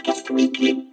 Outcast Weekly.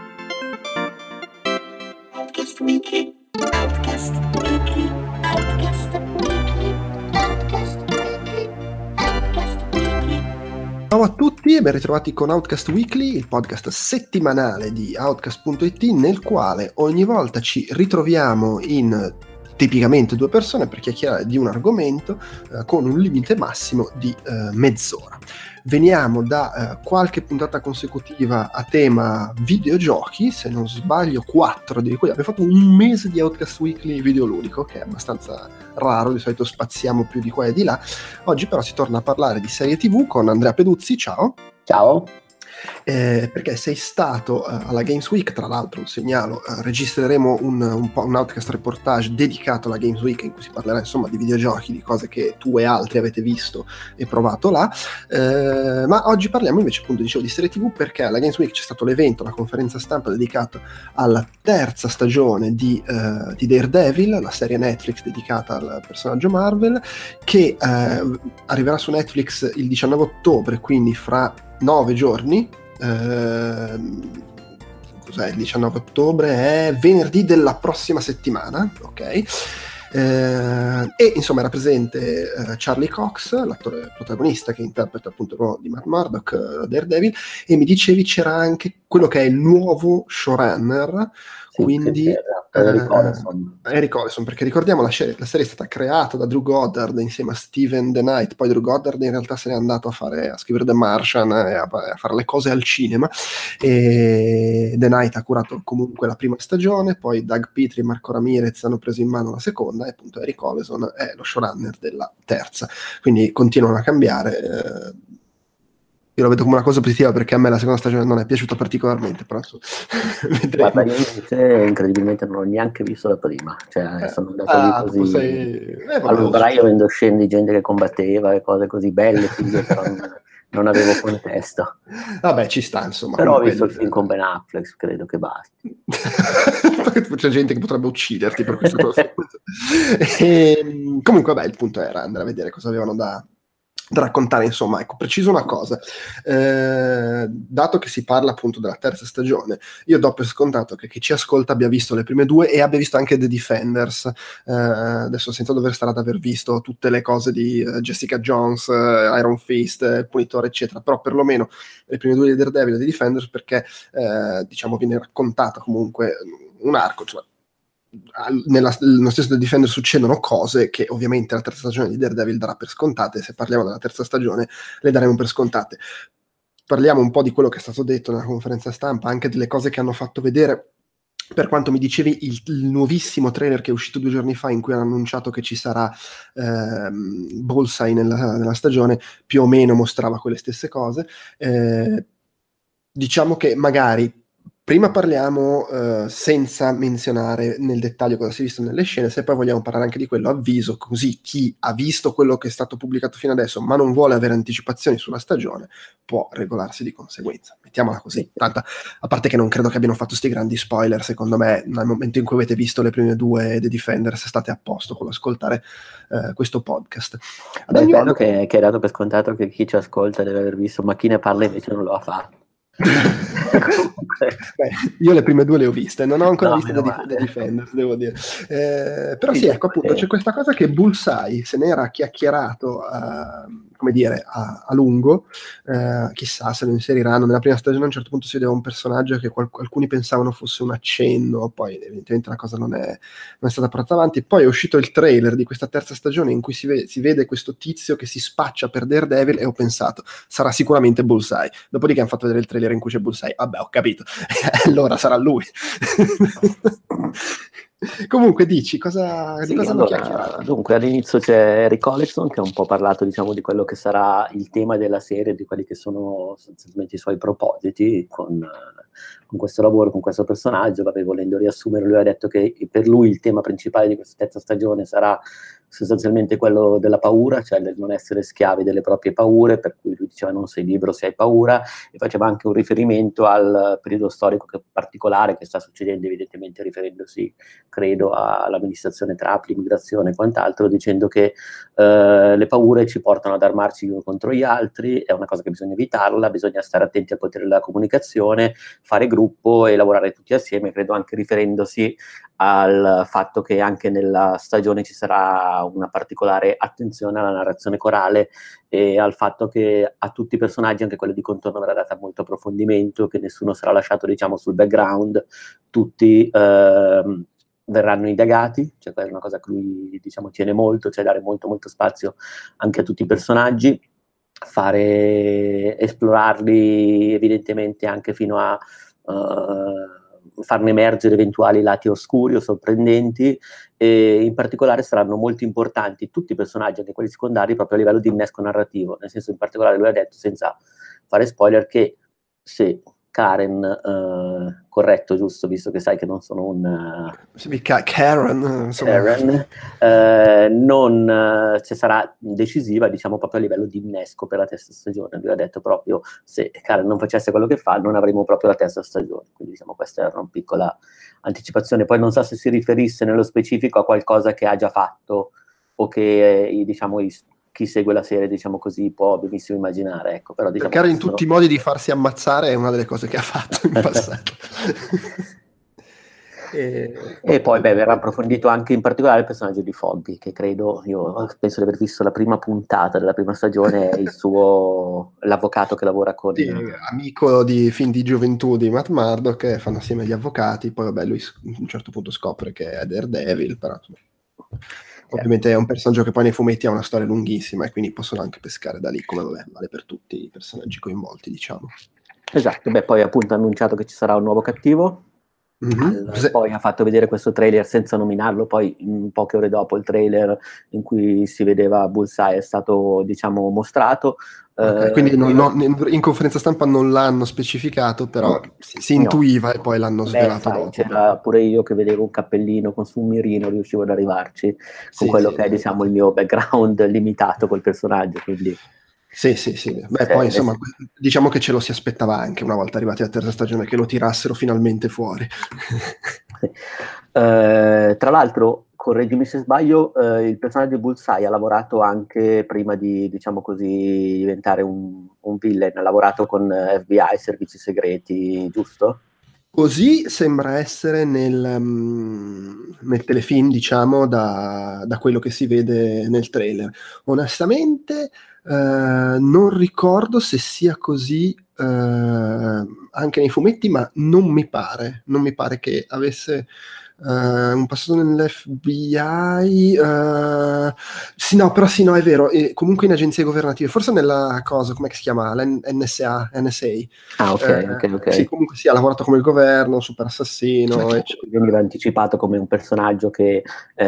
Outcast Weekly. Outcast Weekly. Outcast Weekly. Outcast Weekly. Outcast Weekly. Ciao a tutti e ben ritrovati con Outcast Weekly, il podcast settimanale di Outcast.it, nel quale ogni volta ci ritroviamo in tipicamente due persone per chiacchierare di un argomento con un limite massimo di mezz'ora. Veniamo da qualche puntata consecutiva a tema videogiochi, se non sbaglio 4, di cui abbiamo fatto un mese di Outcast Weekly videoludico, che è abbastanza raro, di solito spaziamo più di qua e di là. Oggi però si torna a parlare di serie TV con Andrea Peduzzi, ciao. Ciao. Perché sei stato alla Games Week, tra l'altro segnalo, registreremo un Outcast reportage dedicato alla Games Week in cui si parlerà insomma di videogiochi, di cose che tu e altri avete visto e provato là, ma oggi parliamo invece appunto, dicevo, di serie TV, perché alla Games Week c'è stato l'evento, la conferenza stampa dedicato alla terza stagione di Daredevil, la serie Netflix dedicata al personaggio Marvel, che arriverà su Netflix il 19 ottobre, quindi fra 9 giorni. Cos'è il 19 ottobre? È venerdì della prossima settimana, ok? E insomma era presente Charlie Cox, l'attore protagonista che interpreta appunto il ruolo di Matt Murdock, Daredevil, e mi dicevi c'era anche quello che è il nuovo showrunner, Sì, quindi Eric Oleson. Eric Oleson, perché ricordiamo la serie è stata creata da Drew Goddard insieme a Steven The Knight. Poi Drew Goddard in realtà se n'è andato a scrivere The Martian e a fare le cose al cinema, e The Knight ha curato comunque la prima stagione, poi Doug Petrie e Marco Ramirez hanno preso in mano la seconda, e appunto Eric Oleson è lo showrunner della terza, quindi continuano a cambiare. Io lo vedo come una cosa positiva, perché a me la seconda stagione non è piaciuta particolarmente, però Guarda, io invece incredibilmente non ho neanche visto la prima, cioè sono andato lì così allo sbraio, avendo scene di gente che combatteva e cose così belle, però non avevo contesto. Vabbè, ci sta, insomma. Però ho visto il film con Ben Affleck, credo che basti. C'è gente che potrebbe ucciderti per questa cosa. Comunque, vabbè, il punto era andare a vedere cosa avevano da raccontare. Insomma, ecco, preciso una cosa, dato che si parla appunto della terza stagione, io do per scontato che chi ci ascolta abbia visto le prime due e abbia visto anche The Defenders, adesso senza dover stare ad aver visto tutte le cose di Jessica Jones, Iron Fist, il Punitore eccetera, però perlomeno le prime due di Daredevil e The Defenders, perché diciamo viene raccontata comunque un arco, cioè nello stesso The Defender succedono cose che ovviamente la terza stagione di Daredevil darà per scontate. Se parliamo della terza stagione le daremo per scontate. Parliamo un po' di quello che è stato detto nella conferenza stampa, anche delle cose che hanno fatto vedere. Per quanto mi dicevi, il nuovissimo trailer che è uscito 2 giorni fa, in cui hanno annunciato che ci sarà Bullseye nella stagione, più o meno mostrava quelle stesse cose. Diciamo che magari prima parliamo senza menzionare nel dettaglio cosa si è visto nelle scene, se poi vogliamo parlare anche di quello, avviso, così chi ha visto quello che è stato pubblicato fino adesso ma non vuole avere anticipazioni sulla stagione può regolarsi di conseguenza, mettiamola così. Tanto, a parte che non credo che abbiano fatto sti grandi spoiler, secondo me nel momento in cui avete visto le prime due The Defenders state a posto con l'ascoltare questo podcast. Beh, è bello che hai dato per scontato che chi ci ascolta deve aver visto, ma chi ne parla invece non lo ha fatto. Beh, io le prime due le ho viste, non ho ancora visto The Defenders, devo dire, però sì, ecco, appunto c'è questa cosa che Bullseye se ne era chiacchierato come dire a lungo, chissà se lo inseriranno. Nella prima stagione a un certo punto si vedeva un personaggio che alcuni pensavano fosse un accenno, poi evidentemente la cosa non è stata portata avanti. Poi è uscito il trailer di questa terza stagione in cui si vede questo tizio che si spaccia per Daredevil, e ho pensato sarà sicuramente Bullseye. Dopodiché hanno fatto vedere il trailer in cui c'è Bullseye, vabbè, ho capito, allora sarà lui. Comunque dici, di cosa hanno chiacchierato? Dunque all'inizio c'è Eric Oleson che ha un po' parlato, diciamo, di quello che sarà il tema della serie, di quelli che sono sostanzialmente i suoi propositi con questo lavoro, con questo personaggio. Vabbè, volendo riassumere, lui ha detto che per lui il tema principale di questa terza stagione sarà sostanzialmente quello della paura, cioè del non essere schiavi delle proprie paure, per cui lui diceva non sei libero se hai paura, e faceva anche un riferimento al periodo storico particolare che sta succedendo, evidentemente riferendosi, credo, all'amministrazione Trump, l'immigrazione e quant'altro, dicendo che le paure ci portano ad armarci gli uni contro gli altri, è una cosa che bisogna evitarla, bisogna stare attenti al potere della comunicazione, fare gruppo e lavorare tutti assieme, credo anche riferendosi al fatto che anche nella stagione ci sarà una particolare attenzione alla narrazione corale e al fatto che a tutti i personaggi, anche quello di contorno, verrà data molto approfondimento, che nessuno sarà lasciato, diciamo, sul background, tutti verranno indagati, cioè quella è una cosa a cui, diciamo, tiene molto, cioè dare molto molto spazio anche a tutti i personaggi, esplorarli evidentemente anche fino a farne emergere eventuali lati oscuri o sorprendenti, e in particolare saranno molto importanti tutti i personaggi, anche quelli secondari, proprio a livello di innesco narrativo, nel senso, in particolare lui ha detto, senza fare spoiler, che se Karen, corretto, giusto, visto che sai che non sono un Karen, non sarà decisiva, diciamo, proprio a livello di innesco per la terza stagione. Lui ha detto proprio, se Karen non facesse quello che fa, non avremo proprio la terza stagione, quindi diciamo questa era una piccola anticipazione. Poi non so se si riferisse nello specifico a qualcosa che ha già fatto o che diciamo chi segue la serie, diciamo così, può benissimo immaginare, ecco. Però diciamo cercare in tutti i modi di farsi ammazzare è una delle cose che ha fatto in passato. E poi verrà approfondito anche in particolare il personaggio di Foggy, che credo, io penso di aver visto la prima puntata della prima stagione, è l'avvocato che lavora con... Sì, amico di fin di gioventù di Matt Murdock, che fanno assieme gli avvocati, poi vabbè lui a un certo punto scopre che è Daredevil, però ovviamente è un personaggio che poi nei fumetti ha una storia lunghissima e quindi possono anche pescare da lì, come vale per tutti i personaggi coinvolti, diciamo. Esatto, poi appunto ha annunciato che ci sarà un nuovo cattivo. Poi ha fatto vedere questo trailer senza nominarlo, poi poche ore dopo il trailer in cui si vedeva Bullseye è stato, diciamo, mostrato. Quindi in conferenza stampa non l'hanno specificato, però si intuiva e poi l'hanno svelato dopo. C'era pure io che vedevo un cappellino con su un mirino, riuscivo ad arrivarci con quello che è, diciamo, il mio background limitato col personaggio, quindi... Sì. Beh, poi insomma, diciamo che ce lo si aspettava anche una volta arrivati alla terza stagione che lo tirassero finalmente fuori. Tra l'altro, correggimi se sbaglio, il personaggio di Bullseye ha lavorato anche prima di, diciamo così, diventare un villain, ha lavorato con FBI, servizi segreti, giusto? Così sembra essere nel telefilm, diciamo, da quello che si vede nel trailer. Onestamente non ricordo se sia così anche nei fumetti, ma non mi pare che avesse un passato nell'FBI, sì, no, è vero, e comunque in agenzie governative, forse nella cosa, com'è che si chiama? La NSA. Ok. Sì, comunque sì, ha lavorato come il governo, super assassino. Veniva anticipato come un personaggio che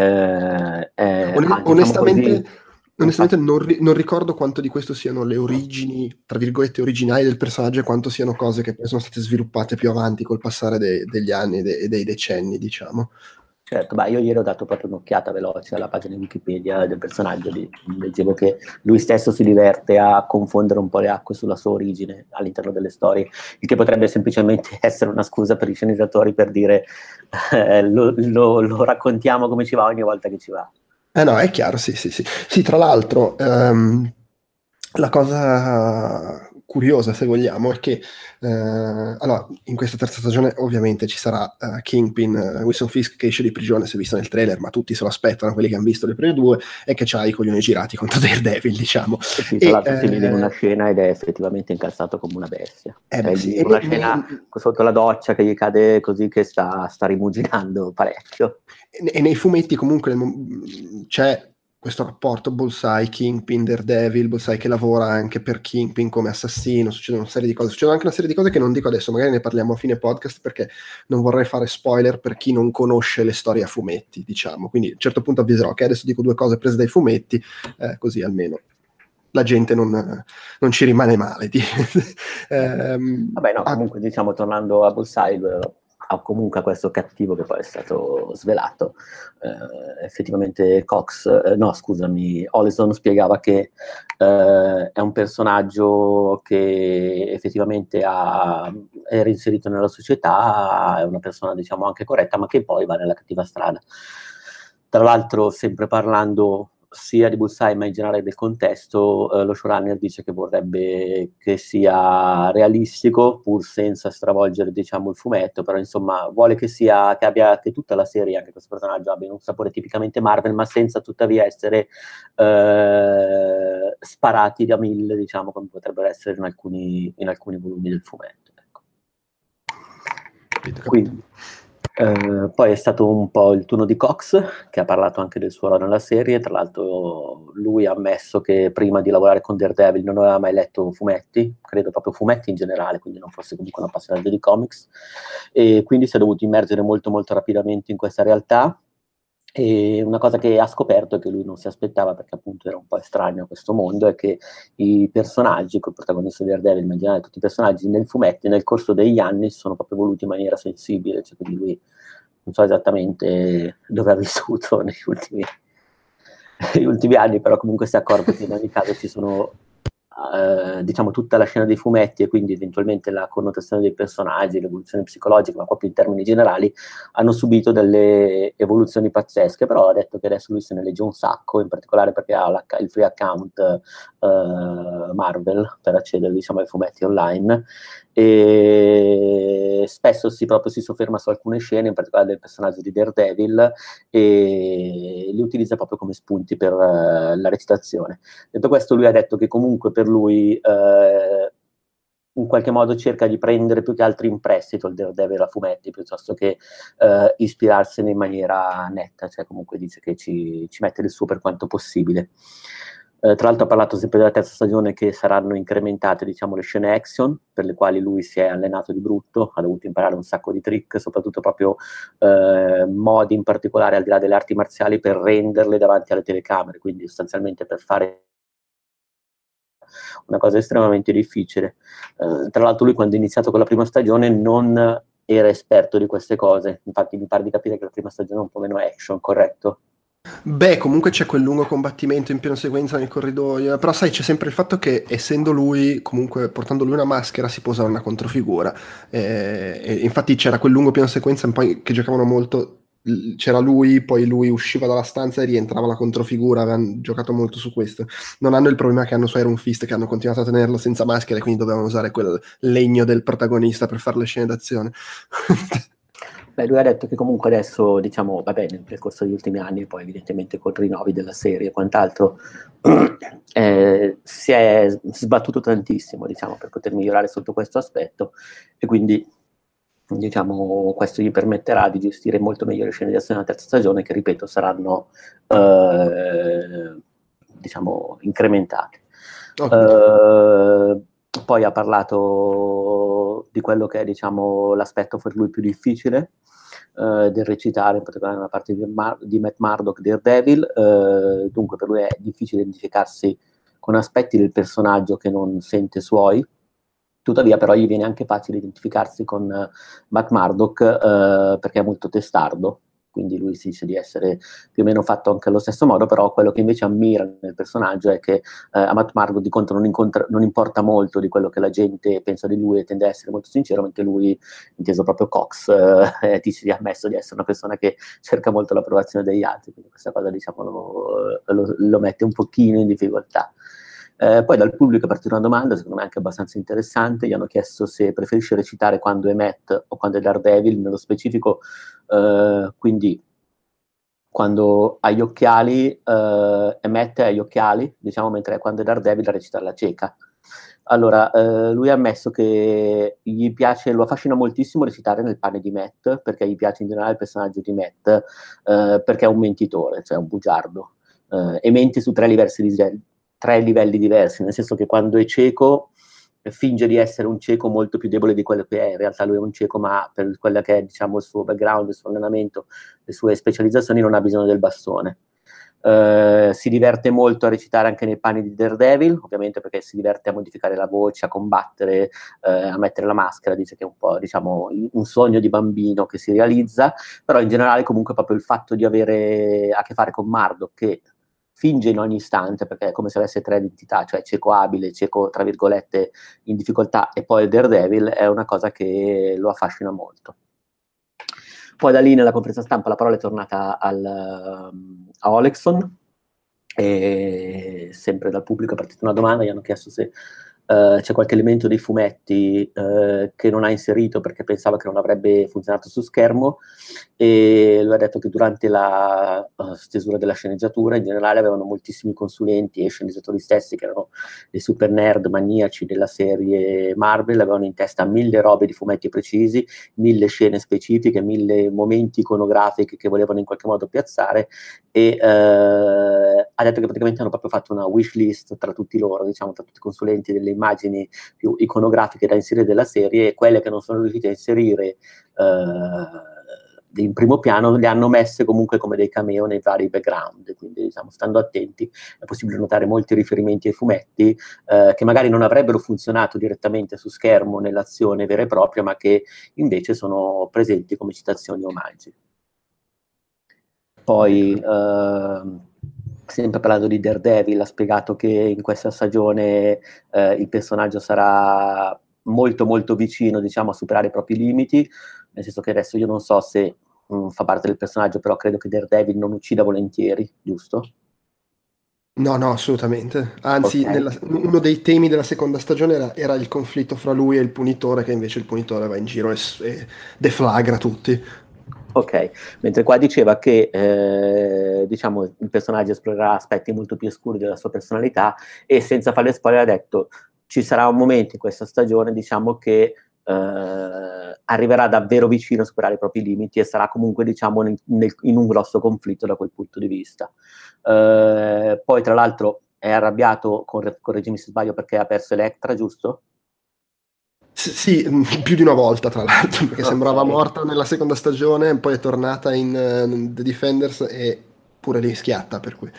onestamente non ricordo quanto di questo siano le origini, tra virgolette, originali del personaggio e quanto siano cose che poi sono state sviluppate più avanti col passare degli anni e dei decenni, diciamo. Certo, io ieri ho dato proprio un'occhiata veloce alla pagina Wikipedia del personaggio, leggevo che lui stesso si diverte a confondere un po' le acque sulla sua origine all'interno delle storie, il che potrebbe semplicemente essere una scusa per i sceneggiatori per dire lo raccontiamo come ci va ogni volta che ci va. No, è chiaro, sì. Sì, tra l'altro, la cosa curiosa, se vogliamo, è che allora, in questa terza stagione ovviamente ci sarà Kingpin, Wilson Fisk che esce di prigione, si è visto nel trailer, ma tutti se lo aspettano, quelli che hanno visto le prime due, e che c'ha i coglioni girati contro Daredevil, diciamo. Sì, tra l'altro si vede in una scena ed è effettivamente incazzato come una bestia. Una scena sotto la doccia che gli cade così che sta rimuginando parecchio. E nei fumetti comunque c'è questo rapporto Bullseye, Kingpin, Daredevil, Bullseye che lavora anche per Kingpin come assassino, succedono una serie di cose, succedono anche una serie di cose che non dico adesso, magari ne parliamo a fine podcast perché non vorrei fare spoiler per chi non conosce le storie a fumetti, diciamo, quindi a un certo punto avviserò che adesso dico due cose prese dai fumetti, così almeno la gente non ci rimane male. Comunque diciamo, tornando a Bullseye, comunque a questo cattivo che poi è stato svelato. Effettivamente Olison spiegava che è un personaggio che effettivamente è reinserito nella società, è una persona diciamo anche corretta, ma che poi va nella cattiva strada. Tra l'altro, sempre parlando sia di Bullseye ma in generale del contesto, lo showrunner dice che vorrebbe che sia realistico pur senza stravolgere diciamo il fumetto, però insomma vuole che tutta la serie, anche questo personaggio, abbia un sapore tipicamente Marvel, ma senza tuttavia essere sparati da 1000, diciamo, come potrebbero essere in alcuni volumi del fumetto, ecco. Quindi poi è stato un po' il turno di Cox, che ha parlato anche del suo ruolo nella serie. Tra l'altro lui ha ammesso che prima di lavorare con Daredevil non aveva mai letto fumetti, credo proprio fumetti in generale, quindi non fosse comunque un appassionato di comics, e quindi si è dovuto immergere molto molto rapidamente in questa realtà. E una cosa che ha scoperto, e che lui non si aspettava perché appunto era un po' estraneo a questo mondo, è che i personaggi, col protagonista di Daredevil, ma in generale tutti i personaggi nel fumetto nel corso degli anni si sono proprio evoluti in maniera sensibile, cioè quindi lui non so esattamente dove ha vissuto negli ultimi anni, però comunque si è accorto che in ogni caso ci sono diciamo tutta la scena dei fumetti e quindi eventualmente la connotazione dei personaggi, l'evoluzione psicologica, ma proprio in termini generali hanno subito delle evoluzioni pazzesche. Però ha detto che adesso lui se ne legge un sacco, in particolare perché ha il free account Marvel per accedere diciamo ai fumetti online, e spesso si sofferma su alcune scene, in particolare del personaggio di Daredevil, e li utilizza proprio come spunti per la recitazione. Detto questo, lui ha detto che comunque per lui in qualche modo cerca di prendere più che altro in prestito il Daredevil a fumetti piuttosto che ispirarsene in maniera netta, cioè comunque dice che ci mette del suo per quanto possibile. Tra l'altro ha parlato sempre della terza stagione, che saranno incrementate diciamo le scene action, per le quali lui si è allenato di brutto, ha dovuto imparare un sacco di trick, soprattutto proprio modi in particolare al di là delle arti marziali per renderle davanti alle telecamere, quindi sostanzialmente per fare una cosa estremamente difficile. Tra l'altro lui quando ha iniziato con la prima stagione non era esperto di queste cose, infatti mi pare di capire che la prima stagione è un po' meno action, corretto? Beh, comunque c'è quel lungo combattimento in piena sequenza nel corridoio, però sai, c'è sempre il fatto che essendo lui, comunque portando lui una maschera, si può usare una controfigura, e infatti c'era quel lungo piano sequenza poi che giocavano molto, c'era lui, poi lui usciva dalla stanza e rientrava la controfigura, avevano giocato molto su questo. Non hanno il problema che hanno su Iron Fist, che hanno continuato a tenerlo senza maschera e quindi dovevano usare quel legno del protagonista per fare le scene d'azione. Beh, lui ha detto che comunque adesso, diciamo, vabbè, nel percorso degli ultimi anni, poi evidentemente con i rinnovi della serie e quant'altro, si è sbattuto tantissimo, diciamo, per poter migliorare sotto questo aspetto, e quindi, diciamo, questo gli permetterà di gestire molto meglio le scene di azione della terza stagione, che, ripeto, saranno, diciamo, incrementate. Poi ha parlato di quello che è, diciamo, l'aspetto per lui più difficile del recitare, in particolare nella parte di Matt Murdock, Daredevil. Dunque per lui è difficile identificarsi con aspetti del personaggio che non sente suoi, tuttavia però gli viene anche facile identificarsi con Matt Murdock perché è molto testardo, quindi lui si dice di essere più o meno fatto anche allo stesso modo, però quello che invece ammira nel personaggio è che a Matt Murdock di contro non importa molto di quello che la gente pensa di lui e tende a essere molto sincero, mentre lui, inteso proprio Cox, dice di ammesso di essere una persona che cerca molto l'approvazione degli altri, quindi questa cosa diciamo lo mette un pochino in difficoltà. Poi dal pubblico è partita una domanda, secondo me anche abbastanza interessante. Gli hanno chiesto se preferisce recitare quando è Matt o quando è Daredevil, nello specifico, quindi quando ha gli occhiali è Matt e ha gli occhiali, diciamo, mentre quando è Daredevil recita alla cieca. Allora, lui ha ammesso che gli piace, lo affascina moltissimo recitare nel pane di Matt, perché gli piace in generale il personaggio di Matt, perché è un mentitore, cioè un bugiardo, e mente su tre livelli diversi, nel senso che quando è cieco finge di essere un cieco molto più debole di quello che è, in realtà lui è un cieco, ma per quello che è, diciamo, il suo background, il suo allenamento, le sue specializzazioni non ha bisogno del bastone. Si diverte molto a recitare anche nei panni di Daredevil, ovviamente perché si diverte a modificare la voce, a combattere, a mettere la maschera. Dice che è un po', diciamo, un sogno di bambino che si realizza, però in generale comunque proprio il fatto di avere a che fare con Murdock, che finge in ogni istante, perché è come se avesse 3 identità, cioè cieco abile, cieco tra virgolette in difficoltà e poi Daredevil, è una cosa che lo affascina molto. Poi da lì nella conferenza stampa la parola è tornata a Olexon, e sempre dal pubblico è partita una domanda, gli hanno chiesto se c'è qualche elemento dei fumetti che non ha inserito perché pensava che non avrebbe funzionato su schermo, e lui ha detto che durante la stesura della sceneggiatura in generale avevano moltissimi consulenti e sceneggiatori stessi che erano dei super nerd maniaci della serie Marvel, avevano in testa 1000 robe di fumetti precisi, 1000 scene specifiche, 1000 momenti iconografici che volevano in qualche modo piazzare, e ha detto che praticamente hanno proprio fatto una wish list tra tutti loro, diciamo, tra tutti i consulenti, delle immagini più iconografiche da inserire della serie, e quelle che non sono riusciti a inserire in primo piano le hanno messe comunque come dei cameo nei vari background, quindi diciamo, stando attenti è possibile notare molti riferimenti ai fumetti che magari non avrebbero funzionato direttamente su schermo nell'azione vera e propria, ma che invece sono presenti come citazioni o omaggi. Poi sempre parlando di Daredevil, ha spiegato che in questa stagione il personaggio sarà molto molto vicino, diciamo, a superare i propri limiti, nel senso che adesso io non so se fa parte del personaggio, però credo che Daredevil non uccida volentieri, giusto? No, assolutamente. Anzi, okay. Uno dei temi della seconda stagione era il conflitto fra lui e il punitore, che invece il punitore va in giro e deflagra tutti. Ok, mentre qua diceva che diciamo, il personaggio esplorerà aspetti molto più oscuri della sua personalità, e senza fare spoiler ha detto ci sarà un momento in questa stagione, diciamo, che arriverà davvero vicino a superare i propri limiti e sarà comunque, diciamo, in un grosso conflitto da quel punto di vista. Poi tra l'altro è arrabbiato, correggimi se sbaglio, perché ha perso Electra, giusto? Sì, più di una volta tra l'altro, perché sembrava morta nella seconda stagione, poi è tornata in The Defenders e pure lì schiatta, per cui...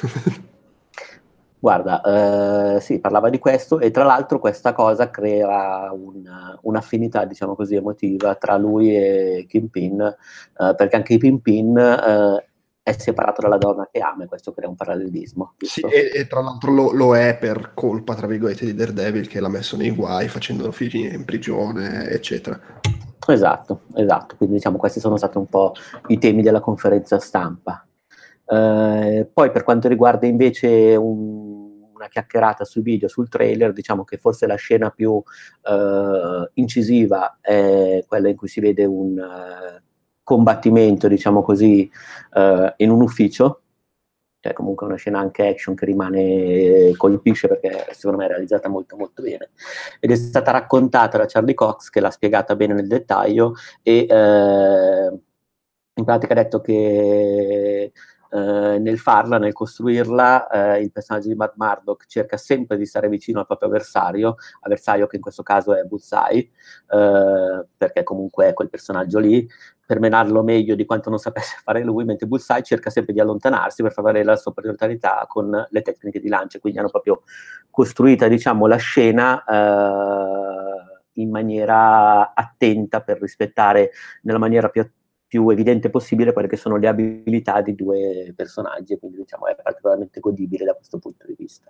Guarda, sì, parlava di questo, e tra l'altro questa cosa crea un'affinità, diciamo così, emotiva tra lui e Kingpin, perché anche Kingpin è separato dalla donna che ama, e questo crea un parallelismo, giusto? Sì, e tra l'altro lo è per colpa, tra virgolette, di Daredevil, che l'ha messo nei guai, facendolo finire in prigione, eccetera. Esatto, quindi diciamo questi sono stati un po' i temi della conferenza stampa. Poi per quanto riguarda invece una chiacchierata sui video, sul trailer, diciamo che forse la scena più incisiva è quella in cui si vede un combattimento, diciamo così, in un ufficio, che è comunque una scena anche action che colpisce, perché secondo me è realizzata molto molto bene, ed è stata raccontata da Charlie Cox, che l'ha spiegata bene nel dettaglio, e in pratica ha detto che nel farla, nel costruirla, il personaggio di Matt Murdock cerca sempre di stare vicino al proprio avversario che in questo caso è Bullseye, perché comunque è quel personaggio lì, per menarlo meglio di quanto non sapesse fare lui, mentre Bullseye cerca sempre di allontanarsi per far valere la sua superiorità con le tecniche di lancio. Quindi hanno proprio costruita, diciamo, la scena in maniera attenta, per rispettare nella maniera più evidente possibile quelle che sono le abilità di due personaggi, e quindi diciamo è particolarmente godibile da questo punto di vista.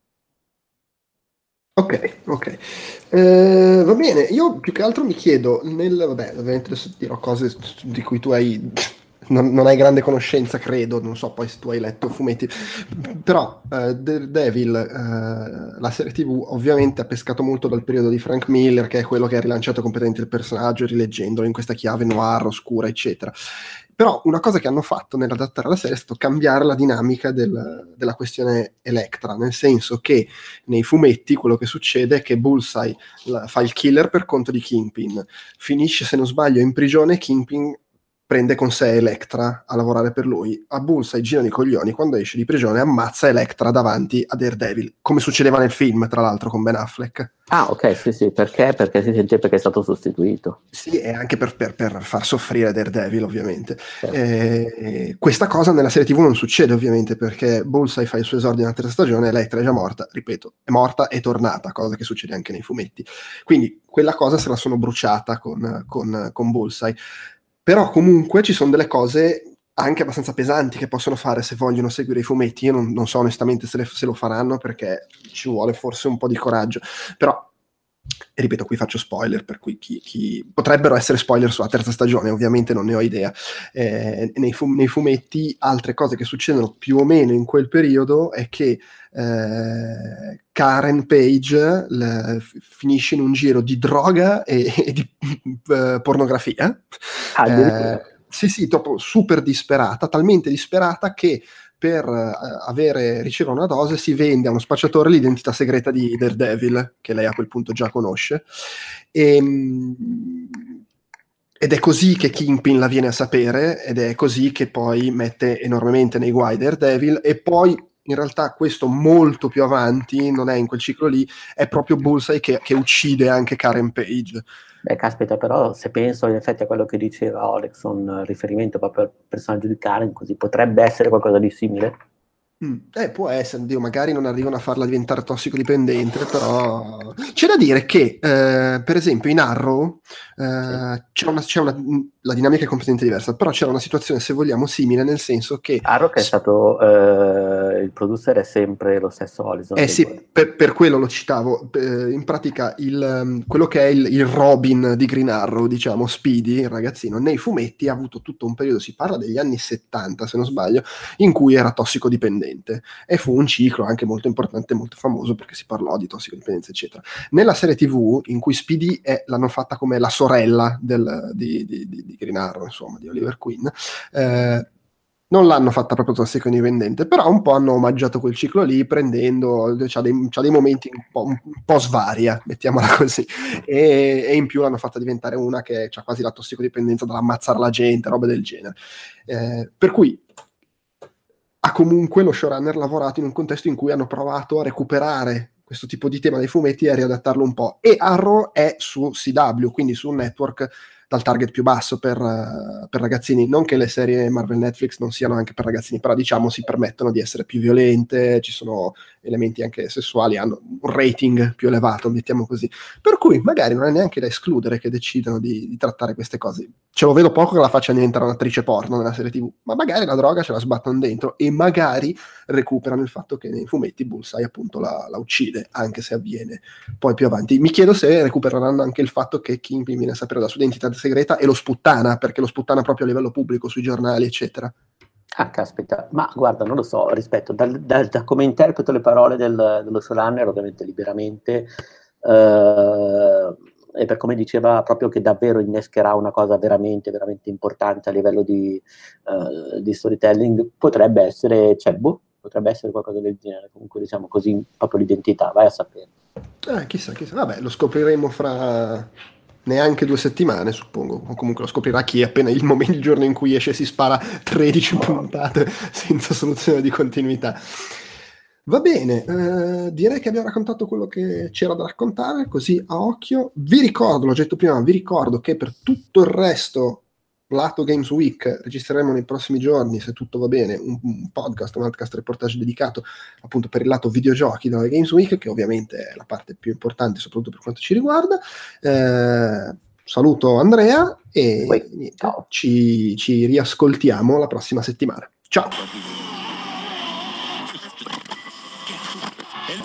Ok. Va bene, io più che altro mi chiedo, vabbè, ovviamente adesso dirò cose di cui tu non hai grande conoscenza, credo, non so poi se tu hai letto fumetti, però Daredevil, la serie TV, ovviamente ha pescato molto dal periodo di Frank Miller, che è quello che ha rilanciato completamente il personaggio, rileggendolo in questa chiave noir, oscura, eccetera. Però una cosa che hanno fatto nell'adattare la serie è stato cambiare la dinamica della questione Electra, nel senso che nei fumetti quello che succede è che Bullseye fa il killer per conto di Kingpin, finisce, se non sbaglio, in prigione, Kingpin prende con sé Elektra a lavorare per lui. A Bullseye girano i coglioni, quando esce di prigione ammazza Elektra davanti a Daredevil, come succedeva nel film, tra l'altro, con Ben Affleck. Ah, ok, sì, perché si sente perché è stato sostituito. Sì, e anche per far soffrire Daredevil, ovviamente. Questa cosa nella serie TV non succede, ovviamente, perché Bullseye fa il suo esordio nella terza stagione, Elektra è già morta, ripeto, è morta e tornata, cosa che succede anche nei fumetti. Quindi quella cosa se la sono bruciata con Bullseye. Però comunque ci sono delle cose anche abbastanza pesanti che possono fare se vogliono seguire i fumetti. Io non so onestamente se lo faranno, perché ci vuole forse un po' di coraggio. Però, ripeto, qui faccio spoiler, per cui chi potrebbero essere spoiler sulla terza stagione, ovviamente non ne ho idea. Nei fumetti altre cose che succedono più o meno in quel periodo è che Karen Page finisce in un giro di droga e di pornografia. Sì, troppo super disperata, talmente disperata che per ricevere una dose si vende a uno spacciatore l'identità segreta di Daredevil, che lei a quel punto già conosce, ed è così che Kingpin la viene a sapere, ed è così che poi mette enormemente nei guai Daredevil. E poi in realtà questo molto più avanti, non è in quel ciclo lì, è proprio Bullseye che uccide anche Karen Page. Beh, caspita, però se penso in effetti a quello che diceva Olekson, riferimento proprio al personaggio di Karen, così potrebbe essere qualcosa di simile? Può essere, Dio, magari non arrivano a farla diventare tossicodipendente, però c'è da dire che per esempio in Arrow la dinamica è completamente diversa, però c'era una situazione, se vogliamo, simile, nel senso che Arrow, che è stato il producer, è sempre lo stesso Olison. Sì, per quello lo citavo. In pratica quello che è il Robin di Green Arrow, diciamo, Speedy, il ragazzino, nei fumetti ha avuto tutto un periodo, si parla degli anni 70 se non sbaglio, in cui era tossicodipendente, e fu un ciclo anche molto importante, molto famoso, perché si parlò di tossicodipendenza eccetera. Nella serie TV in cui Speedy l'hanno fatta come la sorella di Green Arrow, insomma, di Oliver Queen, non l'hanno fatta proprio tossicodipendente, però un po' hanno omaggiato quel ciclo lì, prendendo, c'ha dei momenti un po' svaria, mettiamola così, e in più l'hanno fatta diventare una che ha quasi la tossicodipendenza dall'ammazzare la gente, robe del genere. Per cui ha comunque lo showrunner lavorato in un contesto in cui hanno provato a recuperare questo tipo di tema dei fumetti e a riadattarlo un po'. E Arrow è su CW, quindi su un network dal target più basso per ragazzini. Non che le serie Marvel Netflix non siano anche per ragazzini, però diciamo si permettono di essere più violente, ci sono elementi anche sessuali, hanno un rating più elevato, mettiamo così. Per cui magari non è neanche da escludere che decidano di trattare queste cose. Ce lo vedo poco che la faccia diventare un'attrice porno nella serie TV, ma magari la droga ce la sbattono dentro e magari recuperano il fatto che nei fumetti Bullseye appunto la uccide, anche se avviene poi più avanti. Mi chiedo se recupereranno anche il fatto che Kingpin viene a sapere la sua identità segreta e lo sputtana, perché lo sputtana proprio a livello pubblico sui giornali eccetera. Ah, caspita, ma guarda, non lo so, rispetto da come interpreto le parole dello showrunner, ovviamente liberamente, e per come diceva proprio che davvero innescherà una cosa veramente, veramente importante a livello di storytelling, potrebbe essere qualcosa del genere, comunque diciamo così, proprio l'identità, vai a sapere. Chissà, vabbè, lo scopriremo fra neanche 2 settimane, suppongo, o comunque lo scoprirà chi appena il giorno in cui esce si spara 13 puntate senza soluzione di continuità. Va bene, direi che abbiamo raccontato quello che c'era da raccontare, così a occhio. Vi ricordo, l'ho detto prima, che per tutto il resto, lato Games Week, registreremo nei prossimi giorni, se tutto va bene, un podcast reportage dedicato appunto per il lato videogiochi della Games Week, che ovviamente è la parte più importante, soprattutto per quanto ci riguarda. Saluto Andrea e niente, ci riascoltiamo la prossima settimana. Ciao!